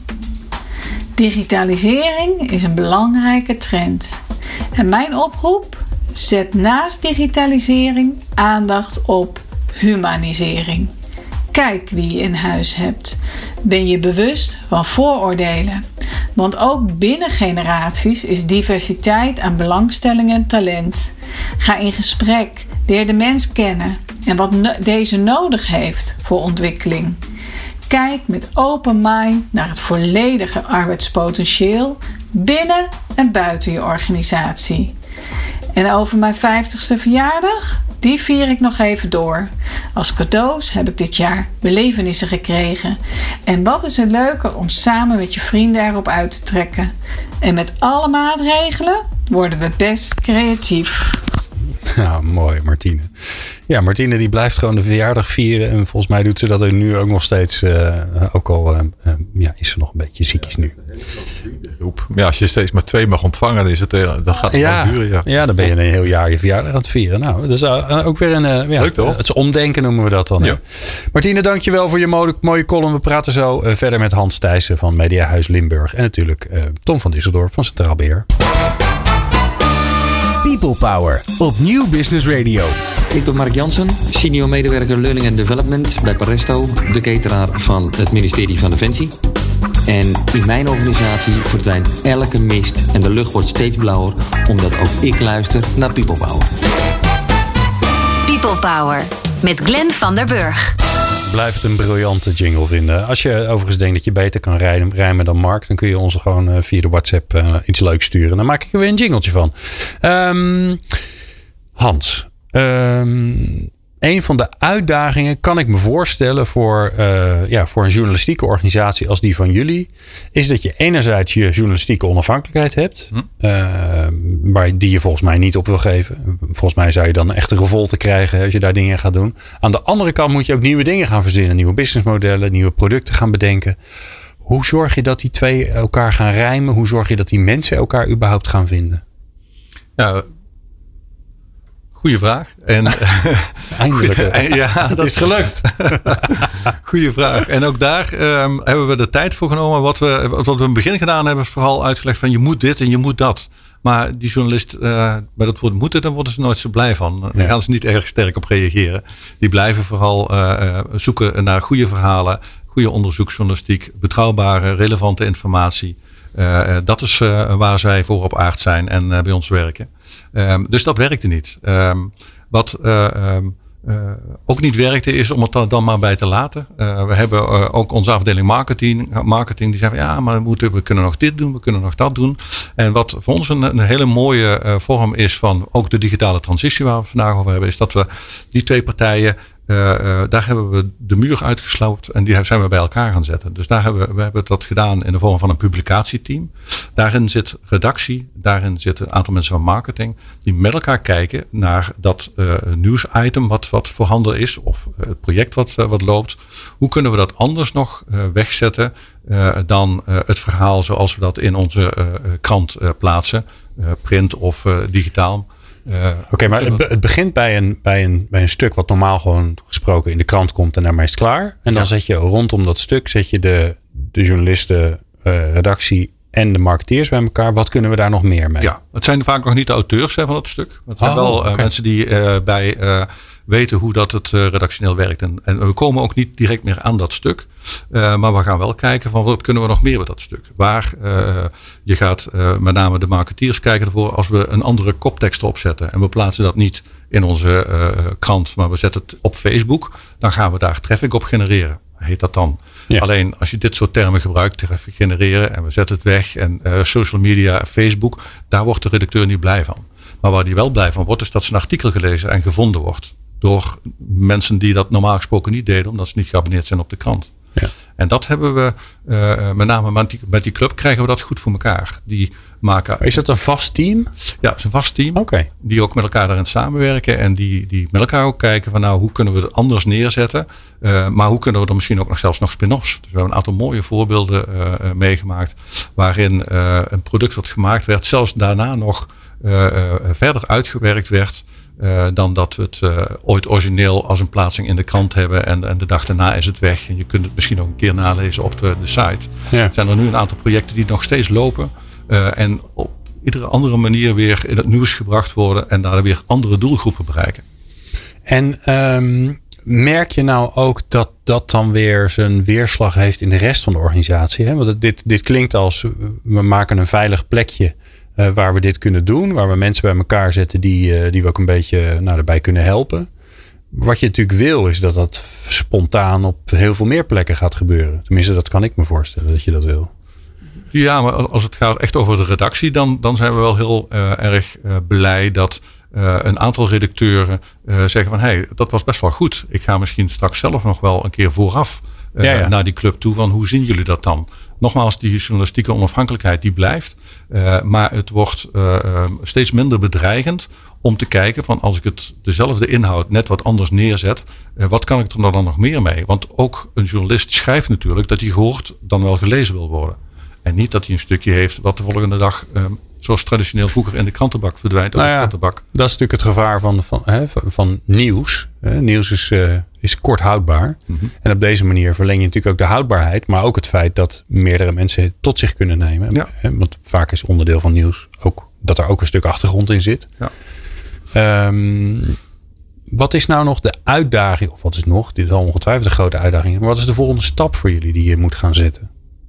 Digitalisering is een belangrijke trend. En mijn oproep: zet naast digitalisering aandacht op humanisering. Kijk wie je in huis hebt. Ben je bewust van vooroordelen? Want ook binnen generaties is diversiteit aan belangstelling en talent. Ga in gesprek, leer de mens kennen en wat no- deze nodig heeft voor ontwikkeling. Kijk met open mind naar het volledige arbeidspotentieel binnen en buiten je organisatie. En over mijn vijftigste verjaardag, die vier ik nog even door. Als cadeaus heb ik dit jaar belevenissen gekregen. En wat is er leuker om samen met je vrienden erop uit te trekken. En met alle maatregelen worden we best creatief. Ja, mooi, Martine. Ja, Martine die blijft gewoon de verjaardag vieren. En volgens mij doet ze dat er nu ook nog steeds. Uh, ook al uh, uh, ja, is ze nog een beetje ziekjes nu. Ja, als je steeds maar twee mag ontvangen, is het, uh, dan gaat het ja, duren. Ja. ja, dan ben je een heel jaar je verjaardag aan het vieren. Nou, dat is uh, ook weer een... Uh, ja, leuk toch? Het is omdenken noemen we dat dan. Ja. Martine, dankjewel voor je mooie, mooie column. We praten zo uh, verder met Hans Thijssen van Mediahuis Limburg. En natuurlijk uh, Tom van Disseldorp van Centraal Beheer. People Power op Nieuw Business Radio. Ik ben Mark Jansen, senior medewerker Learning and Development bij Paresto, de cateraar van het ministerie van Defensie. En in mijn organisatie verdwijnt elke mist en de lucht wordt steeds blauwer, omdat ook ik luister naar People Power. People Power met Glenn van der Burg. Blijf het een briljante jingle vinden. Als je overigens denkt dat je beter kan rijmen, rijmen dan Mark, dan kun je ons gewoon uh, via de WhatsApp uh, iets leuks sturen. Dan maak ik er weer een jingletje van. Um, Hans, um, een van de uitdagingen kan ik me voorstellen voor, uh, ja, voor een journalistieke organisatie als die van jullie, is dat je enerzijds je journalistieke onafhankelijkheid hebt, hm. uh, waar die je volgens mij niet op wil geven. Volgens mij zou je dan echt een revolte krijgen als je daar dingen gaat doen. Aan de andere kant moet je ook nieuwe dingen gaan verzinnen, nieuwe businessmodellen, nieuwe producten gaan bedenken. Hoe zorg je dat die twee elkaar gaan rijmen? Hoe zorg je dat die mensen elkaar überhaupt gaan vinden? Ja, Goeie vraag. En, Eindelijk. Goeie, ja, het dat is gelukt. Goeie vraag. En ook daar um, hebben we de tijd voor genomen. Wat we, wat we in het begin gedaan hebben is vooral uitgelegd van je moet dit en je moet dat. Maar die journalist, uh, bij dat woord moeten, dan worden ze nooit zo blij van. Daar ja. gaan ze niet erg sterk op reageren. Die blijven vooral uh, zoeken naar goede verhalen, goede onderzoeksjournalistiek, betrouwbare, relevante informatie. Uh, dat is uh, waar zij voor op aard zijn en uh, bij ons werken. Um, dus dat werkte niet. Um, wat uh, um, uh, ook niet werkte is om het dan maar bij te laten. Uh, we hebben uh, ook onze afdeling marketing, marketing die zei van ja, maar we, moeten, we kunnen nog dit doen, we kunnen nog dat doen. En wat voor ons een, een hele mooie uh, vorm is van ook de digitale transitie waar we vandaag over hebben, is dat we die twee partijen Uh, uh, daar hebben we de muur uitgesloopt en die zijn we bij elkaar gaan zetten. Dus daar hebben we, we hebben dat gedaan in de vorm van een publicatieteam. Daarin zit redactie, daarin zitten een aantal mensen van marketing die met elkaar kijken naar dat uh, nieuwsitem wat, wat voorhanden is of uh, het project wat, uh, wat loopt. Hoe kunnen we dat anders nog uh, wegzetten uh, dan uh, het verhaal zoals we dat in onze uh, krant uh, plaatsen, uh, print of uh, digitaal. Uh, Oké, okay, maar het, be- het begint bij een, bij, een, bij een stuk wat normaal gewoon gesproken in de krant komt en daarmee is het klaar. En dan ja. zet je rondom dat stuk zet je de, de journalisten, uh, redactie en de marketeers bij elkaar. Wat kunnen we daar nog meer mee? Ja, het zijn vaak nog niet de auteurs hè, van het stuk. Het zijn oh, wel uh, okay. mensen die uh, bij uh, weten hoe dat het uh, redactioneel werkt. En, en we komen ook niet direct meer aan dat stuk. Uh, maar we gaan wel kijken van wat kunnen we nog meer met dat stuk. Waar uh, je gaat uh, met name de marketeers kijken ervoor als we een andere koptekst erop zetten. En we plaatsen dat niet in onze uh, krant, maar we zetten het op Facebook. Dan gaan we daar traffic op genereren. Heet dat dan. Ja. Alleen als je dit soort termen gebruikt, traffic genereren en we zetten het weg. En uh, social media, Facebook, daar wordt de redacteur niet blij van. Maar waar die wel blij van wordt, is dat ze een artikel gelezen en gevonden wordt. Door mensen die dat normaal gesproken niet deden, omdat ze niet geabonneerd zijn op de krant. Ja. En dat hebben we, uh, met name met die, met die club, krijgen we dat goed voor elkaar. Die maken, is dat een vast team? Ja, het is een vast team. Okay. Die ook met elkaar daarin samenwerken. En die, die met elkaar ook kijken van nou, hoe kunnen we het anders neerzetten. Uh, maar hoe kunnen we er misschien ook nog zelfs nog spin-offs. Dus we hebben een aantal mooie voorbeelden uh, meegemaakt. Waarin uh, een product wat gemaakt werd, zelfs daarna nog uh, uh, verder uitgewerkt werd. Uh, dan dat we het uh, ooit origineel als een plaatsing in de krant hebben. En, en de dag daarna is het weg. En je kunt het misschien ook een keer nalezen op de, de site. Ja. Er zijn er nu een aantal projecten die nog steeds lopen. Uh, en op iedere andere manier weer in het nieuws gebracht worden. En daar weer andere doelgroepen bereiken. En um, merk je nou ook dat dat dan weer zijn weerslag heeft in de rest van de organisatie? Hè? Want dit, dit klinkt als we maken een veilig plekje. Uh, waar we dit kunnen doen. Waar we mensen bij elkaar zetten die, uh, die we ook een beetje nou, erbij kunnen helpen. Wat je natuurlijk wil is dat dat spontaan op heel veel meer plekken gaat gebeuren. Tenminste, dat kan ik me voorstellen dat je dat wil. Ja, maar als het gaat echt over de redactie, dan, dan zijn we wel heel uh, erg uh, blij dat uh, een aantal redacteuren uh, zeggen van hé, hey, dat was best wel goed. Ik ga misschien straks zelf nog wel een keer vooraf uh, ja, ja. naar die club toe van hoe zien jullie dat dan? Nogmaals, die journalistieke onafhankelijkheid die blijft. Uh, maar het wordt uh, steeds minder bedreigend om te kijken van als ik het dezelfde inhoud net wat anders neerzet. Uh, wat kan ik er dan nog meer mee? Want ook een journalist schrijft natuurlijk dat hij gehoord dan wel gelezen wil worden. En niet dat hij een stukje heeft wat de volgende dag um, zoals traditioneel vroeger in de krantenbak verdwijnt. Nou ja, de krantenbak. Dat is natuurlijk het gevaar van, van, hè, van, van nieuws. Uh, nieuws is, uh, is kort houdbaar. Mm-hmm. En op deze manier verleng je natuurlijk ook de houdbaarheid. Maar ook het feit dat meerdere mensen het tot zich kunnen nemen. Ja. Hè, want vaak is onderdeel van nieuws ook dat er ook een stuk achtergrond in zit. Ja. Um, wat is nou nog de uitdaging? Of wat is nog? Dit is al ongetwijfeld een grote uitdaging. Maar wat is de volgende stap voor jullie die je moet gaan zetten?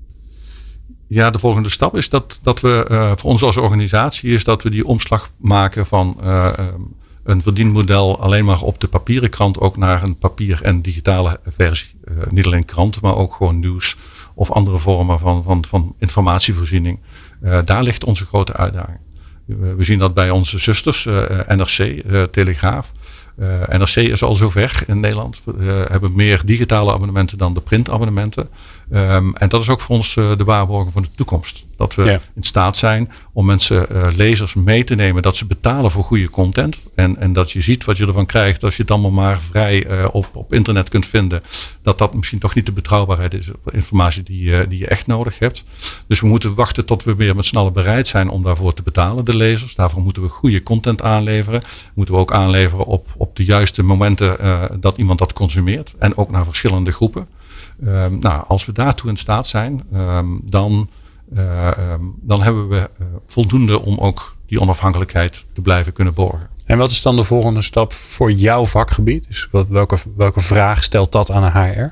Ja, de volgende stap is dat, dat we uh, voor ons als organisatie is dat we die omslag maken van uh, um, een verdienmodel alleen maar op de papieren krant ook naar een papier- en digitale versie. Uh, niet alleen krant, maar ook gewoon nieuws of andere vormen van, van, van informatievoorziening. Uh, daar ligt onze grote uitdaging. Uh, we zien dat bij onze zusters, uh, N R C, uh, Telegraaf. Uh, N R C is al zover in Nederland. We uh, hebben meer digitale abonnementen dan de printabonnementen. Um, en dat is ook voor ons uh, de waarborgen van de toekomst. Dat we ja. in staat zijn om mensen, uh, lezers mee te nemen. Dat ze betalen voor goede content. En, en dat je ziet wat je ervan krijgt als je het allemaal maar vrij uh, op, op internet kunt vinden. Dat dat misschien toch niet de betrouwbaarheid is. Informatie die, uh, die je echt nodig hebt. Dus we moeten wachten tot we weer met sneller bereid zijn om daarvoor te betalen, de lezers. Daarvoor moeten we goede content aanleveren. Moeten we ook aanleveren op, op de juiste momenten uh, dat iemand dat consumeert. En ook naar verschillende groepen. Um, nou, als we daartoe in staat zijn, um, dan, uh, um, dan hebben we uh, voldoende om ook die onafhankelijkheid te blijven kunnen borgen. En wat is dan de volgende stap voor jouw vakgebied? Dus wat, welke, welke vraag stelt dat aan een H R?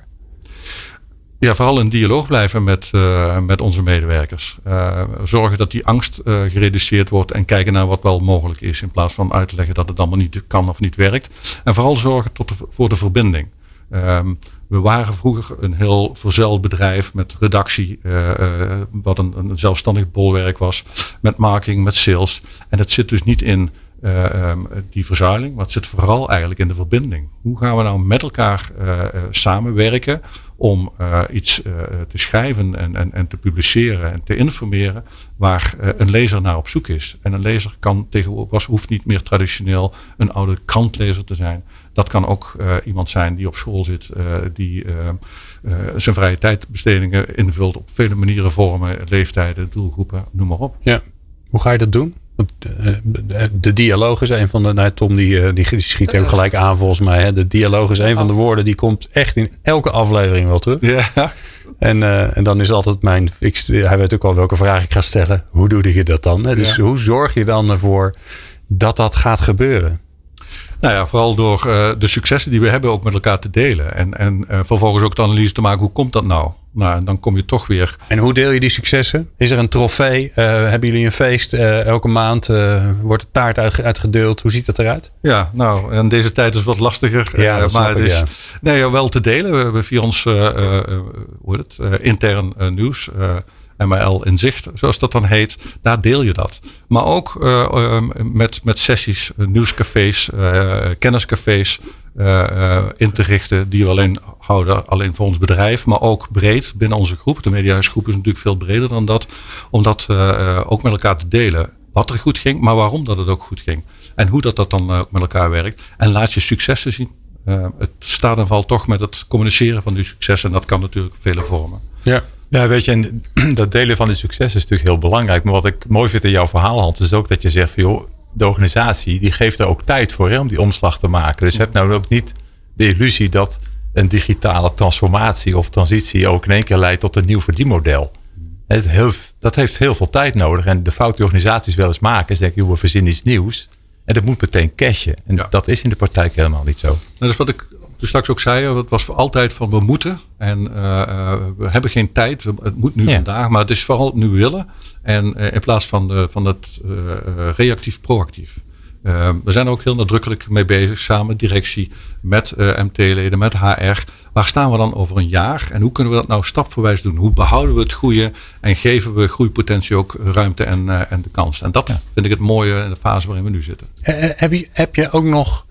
Ja, vooral in dialoog blijven met, uh, met onze medewerkers. Uh, zorgen dat die angst uh, gereduceerd wordt en kijken naar wat wel mogelijk is. In plaats van uit te leggen dat het allemaal niet kan of niet werkt. En vooral zorgen tot de, voor de verbinding. Um, we waren vroeger een heel verzeld bedrijf met redactie, uh, uh, wat een, een zelfstandig bolwerk was, met marketing, met sales. En het zit dus niet in uh, um, die verzuiling, maar het zit vooral eigenlijk in de verbinding. Hoe gaan we nou met elkaar uh, uh, samenwerken om uh, iets uh, te schrijven en, en, en te publiceren en te informeren waar uh, een lezer naar op zoek is. En een lezer kan tegenwoordig, was, hoeft niet meer traditioneel een oude krantlezer te zijn. Dat kan ook uh, iemand zijn die op school zit, uh, die uh, uh, zijn vrije tijdbestedingen invult op vele manieren, vormen, leeftijden, doelgroepen, noem maar op. Ja. Hoe ga je dat doen? De, de, de dialoog is een van de... Nou, Tom die, die schiet hem gelijk aan volgens mij. Hè? De dialoog is een van de woorden die komt echt in elke aflevering wel terug. Ja. En, uh, en dan is altijd mijn... Ik, hij weet ook al welke vraag ik ga stellen. Hoe doe je dat dan? Hè? Dus ja. Hoe zorg je dan ervoor dat dat gaat gebeuren? Nou ja, vooral door uh, de successen die we hebben ook met elkaar te delen. En, en uh, vervolgens ook de analyse te maken, hoe komt dat nou? Nou, en dan kom je toch weer... En hoe deel je die successen? Is er een trofee? Uh, hebben jullie een feest? Uh, elke maand uh, wordt de taart uit, uitgedeeld. Hoe ziet dat eruit? Ja, nou, en deze tijd is wat lastiger. Ja, dat uh, maar ik, het is ja. nee, wel te delen. We hebben via ons uh, uh, hoe heet het, uh, intern uh, nieuws... Uh, M L Inzicht, zoals dat dan heet, daar deel je dat. Maar ook uh, uh, met, met sessies, uh, nieuwscafés, uh, kenniscafés uh, uh, in te richten die we alleen houden, alleen voor ons bedrijf, maar ook breed binnen onze groep. De Mediahuisgroep is natuurlijk veel breder dan dat, om dat uh, uh, ook met elkaar te delen. Wat er goed ging, maar waarom dat het ook goed ging. En hoe dat, dat dan uh, met elkaar werkt. En laat je successen zien. Uh, het staat en valt toch met het communiceren van die successen. En dat kan natuurlijk vele vormen. Ja. Ja, weet je, en dat delen van die succes is natuurlijk heel belangrijk. Maar wat ik mooi vind in jouw verhaal, Hans, is ook dat je zegt van joh, de organisatie die geeft er ook tijd voor hè, om die omslag te maken. Dus heb nou ook niet de illusie dat een digitale transformatie of transitie ook in één keer leidt tot een nieuw verdienmodel. Het heel, dat heeft heel veel tijd nodig. En de fout die organisaties wel eens maken is denk ik, we verzinnen iets nieuws. En dat moet meteen cashen. En ja. dat is in de praktijk helemaal niet zo. Nou, dat is wat ik toen straks ook zei. Het was voor altijd van we moeten. En uh, uh, we hebben geen tijd. Het moet nu ja. vandaag. Maar het is vooral nu willen. En uh, in plaats van, de, van het uh, reactief proactief. Uh, we zijn er ook heel nadrukkelijk mee bezig. Samen directie met uh, M T-leden, met H R. Waar staan we dan over een jaar? En hoe kunnen we dat nou stapverwijs doen? Hoe behouden we het goede? En geven we groeipotentie ook ruimte en, uh, en de kans? En dat ja. vind ik het mooie in de fase waarin we nu zitten. Uh, heb, je, heb je ook nog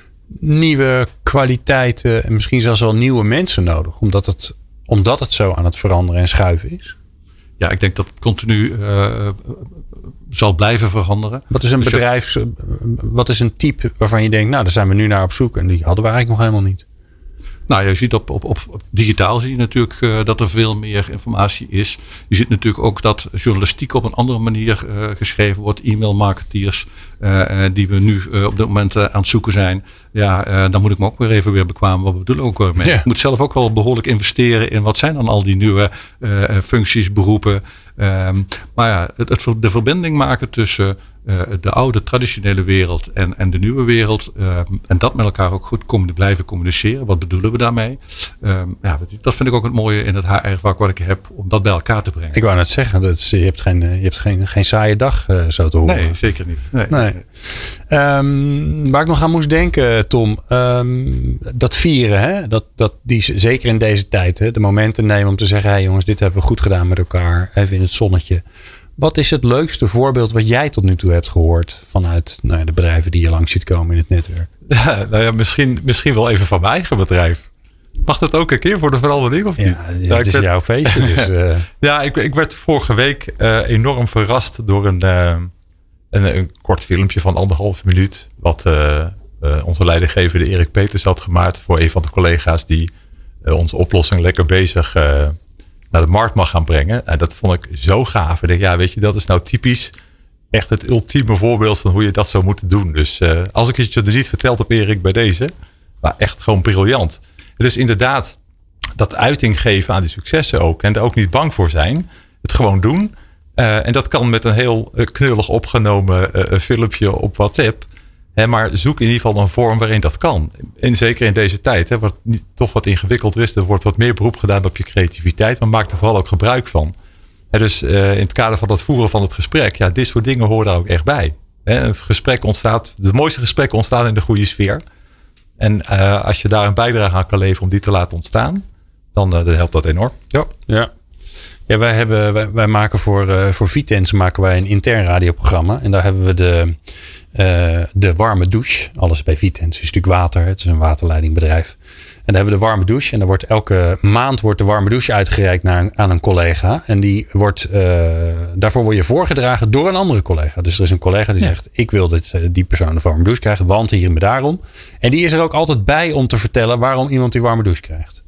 nieuwe kwaliteiten en misschien zelfs wel nieuwe mensen nodig? Omdat het, omdat het zo aan het veranderen en schuiven is? Ja, ik denk dat het continu uh, zal blijven veranderen. Wat is een dus bedrijf, je, wat is een type waarvan je denkt, nou daar zijn we nu naar op zoek en die hadden we eigenlijk nog helemaal niet? Nou, je ziet op, op, op, op digitaal zie je natuurlijk uh, dat er veel meer informatie is. Je ziet natuurlijk ook dat journalistiek op een andere manier uh, geschreven wordt. E-mailmarketeers uh, uh, die we nu uh, op dit moment uh, aan het zoeken zijn. Ja, uh, dan moet ik me ook weer even weer bekwamen. Wat bedoelen we ook weer mee? Ja. Ik moet zelf ook wel behoorlijk investeren in wat zijn dan al die nieuwe uh, functies, beroepen. Um, maar ja, het, het, de verbinding maken tussen uh, de oude traditionele wereld en, en de nieuwe wereld. Uh, en dat met elkaar ook goed com- blijven communiceren. Wat bedoelen we daarmee? Um, ja, dat vind ik ook het mooie in het H R-vak wat ik heb. Om dat bij elkaar te brengen. Ik wou net zeggen, dat is, je hebt geen, je hebt geen, geen saaie dag uh, zo te horen. Nee, zeker niet. Nee, nee. Nee. Um, waar ik nog aan moest denken, Tom. Um, dat vieren, hè? Dat, dat, die, zeker in deze tijd. Hè? De momenten nemen om te zeggen. Hey jongens, dit hebben we goed gedaan met elkaar. Even in het zonnetje. Wat is het leukste voorbeeld wat jij tot nu toe hebt gehoord vanuit nou, de bedrijven die je langs ziet komen in het netwerk? Ja, nou ja, misschien, misschien wel even van mijn eigen bedrijf. Mag dat ook een keer voor de verandering of niet? Ja, ja, het is werd... jouw feestje. Dus, uh... ja, ik, ik werd vorige week uh, enorm verrast door een, uh, een, een kort filmpje van anderhalve minuut. Wat uh, uh, onze leidinggever de Erik Peters had gemaakt voor een van de collega's die uh, onze oplossing lekker bezig uh, naar de markt mag gaan brengen. En dat vond ik zo gaaf. Ik denk, ja, weet je, dat is nou typisch echt het ultieme voorbeeld van hoe je dat zou moeten doen. Dus uh, als ik het je er niet verteld heb, Erik, bij deze, maar echt gewoon briljant. Dus inderdaad, dat uiting geven aan die successen ook. En er ook niet bang voor zijn. Het gewoon doen. Uh, en dat kan met een heel uh, knullig opgenomen uh, filmpje op WhatsApp. Hè, maar zoek in ieder geval een vorm waarin dat kan. En zeker in deze tijd, hè, wat niet, toch wat ingewikkelder is. Er wordt wat meer beroep gedaan op je creativiteit. Maar maak er vooral ook gebruik van. Hè, dus uh, in het kader van het voeren van het gesprek. Ja, dit soort dingen horen daar ook echt bij. Hè, het gesprek ontstaat, de mooiste gesprekken ontstaan in de goede sfeer. En uh, als je daar een bijdrage aan kan leveren om die te laten ontstaan, dan, uh, dan helpt dat enorm. Ja, ja. ja wij, hebben, wij, wij maken voor, uh, voor Vitens maken wij een intern radioprogramma. En daar hebben we de, uh, de warme douche. Alles bij Vitens is natuurlijk water. Het is een waterleidingbedrijf. En daar hebben we de warme douche. En dan wordt elke maand wordt de warme douche uitgereikt naar, aan een collega. En die wordt, uh, daarvoor word je voorgedragen door een andere collega. Dus er is een collega die ja. zegt, ik wil dit, die persoon de warme douche krijgen. Want hier en daarom. En die is er ook altijd bij om te vertellen waarom iemand die warme douche krijgt.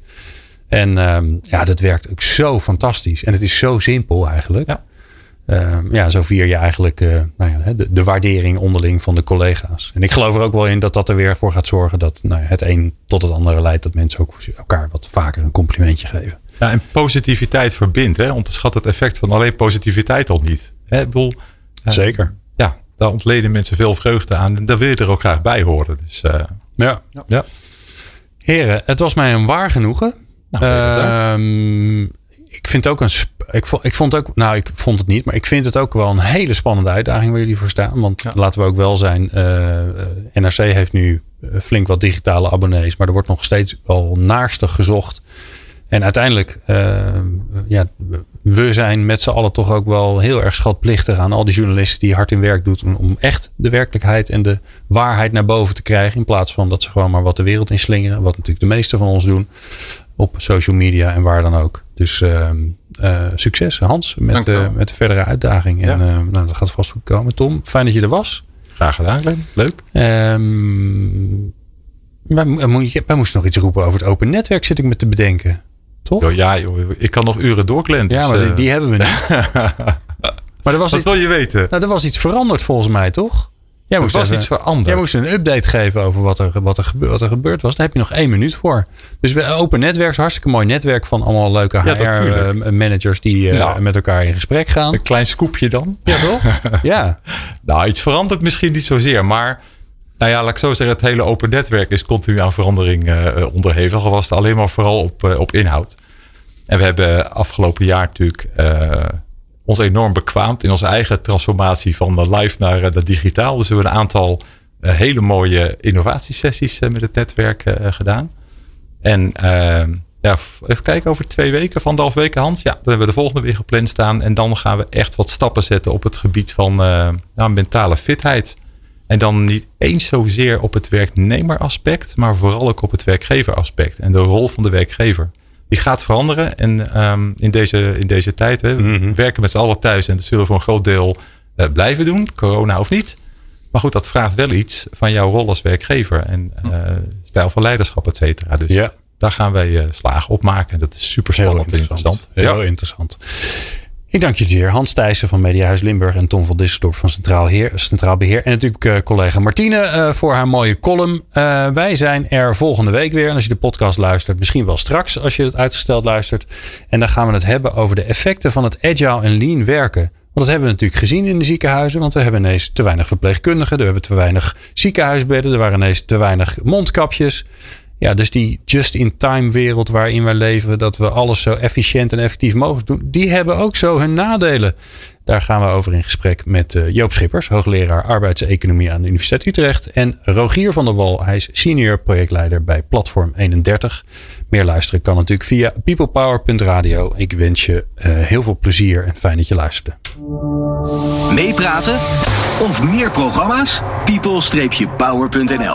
En um, ja, dat werkt ook zo fantastisch. En het is zo simpel eigenlijk. Ja. Uh, ja, zo vier je eigenlijk uh, nou ja, de, de waardering onderling van de collega's. En ik geloof er ook wel in dat dat er weer voor gaat zorgen dat nou ja, het een tot het andere leidt. Dat mensen ook elkaar wat vaker een complimentje geven. Ja, en positiviteit verbindt. Hè? Onderschat het effect van alleen positiviteit al niet. Hè? Ik bedoel, uh, Zeker. Ja, daar ontleden mensen veel vreugde aan. En daar wil je er ook graag bij horen. Dus, uh, ja. ja. Heren, het was mij een waar genoegen. Nou, uh, ik vind ook een... Ik vond, ik vond ook, nou, ik vond het niet, maar ik vind het ook wel een hele spannende uitdaging waar jullie voor staan. Want ja. laten we ook wel zijn, uh, N R C heeft nu flink wat digitale abonnees, maar er wordt nog steeds wel naarstig gezocht. En uiteindelijk, uh, ja, we zijn met z'n allen toch ook wel heel erg schatplichtig aan al die journalisten die hard in werk doen om, om echt de werkelijkheid en de waarheid naar boven te krijgen. In plaats van dat ze gewoon maar wat de wereld inslingeren, wat natuurlijk de meeste van ons doen. Op social media en waar dan ook. Dus uh, uh, succes Hans met, uh, met de verdere uitdaging. En ja. uh, nou, dat gaat vast goed komen. Tom, fijn dat je er was. Graag gedaan, Glenn. Leuk. Um, wij, wij moesten nog iets roepen over het open netwerk, zit ik me te bedenken. Toch? Jo, ja, joh, ik kan nog uren door, Glenn. Ja, dus, maar uh... die, die hebben we niet. Maar er was Wat iets, wil je weten? Nou, er was iets veranderd volgens mij, toch? Jij moest, er was even, iets veranderd. Jij moest een update geven over wat er, wat, er gebe, wat er gebeurd was. Daar heb je nog één minuut voor. Dus bij Open Netwerk is een hartstikke mooi netwerk van allemaal leuke H R-managers ja, die uh, nou, met elkaar in gesprek gaan. Een klein scoopje dan. Ja, toch? Ja. Nou, iets verandert misschien niet zozeer. Maar nou ja, laat ik zo zeggen, het hele Open Netwerk is continu aan verandering uh, onderhevig. Al was het alleen maar vooral op, uh, op inhoud. En we hebben afgelopen jaar natuurlijk... Uh, ons enorm bekwaamd in onze eigen transformatie van live naar, naar digitaal. Dus we hebben een aantal uh, hele mooie innovatiesessies uh, met het netwerk uh, gedaan. En uh, ja, even kijken, over twee weken, van anderhalf weken Hans. Ja, dan hebben we de volgende weer gepland staan. En dan gaan we echt wat stappen zetten op het gebied van uh, nou, mentale fitheid. En dan niet eens zozeer op het werknemeraspect, maar vooral ook op het werkgeveraspect. En de rol van de werkgever. Die gaat veranderen. En um, in, deze, in deze tijd, hè, mm-hmm. we werken met z'n allen thuis. En dat zullen we voor een groot deel uh, blijven doen. Corona of niet. Maar goed, dat vraagt wel iets van jouw rol als werkgever. En uh, stijl van leiderschap, et cetera. Dus ja. daar gaan wij uh, slagen op maken. En dat is super spannend en interessant. Heel ja. interessant. Ik dank jullie zeer. Hans Thijssen van Mediahuis Limburg en Tom van Disseldorp van Centraal, Heer, Centraal Beheer. En natuurlijk uh, collega Martine uh, voor haar mooie column. Uh, wij zijn er volgende week weer. En als je de podcast luistert, misschien wel straks als je het uitgesteld luistert. En dan gaan we het hebben over de effecten van het agile en lean werken. Want dat hebben we natuurlijk gezien in de ziekenhuizen. Want we hebben ineens te weinig verpleegkundigen. We hebben te weinig ziekenhuisbedden. Er waren ineens te weinig mondkapjes. Ja, dus die just-in-time wereld waarin wij leven, dat we alles zo efficiënt en effectief mogelijk doen, die hebben ook zo hun nadelen. Daar gaan we over in gesprek met uh, Joop Schippers, hoogleraar arbeidseconomie aan de Universiteit Utrecht. En Rogier van der Wal, hij is senior projectleider bij Platform eenendertig. Meer luisteren kan natuurlijk via peoplepower punt radio. Ik wens je uh, heel veel plezier en fijn dat je luisterde. Meepraten of meer programma's? people dash power punt n l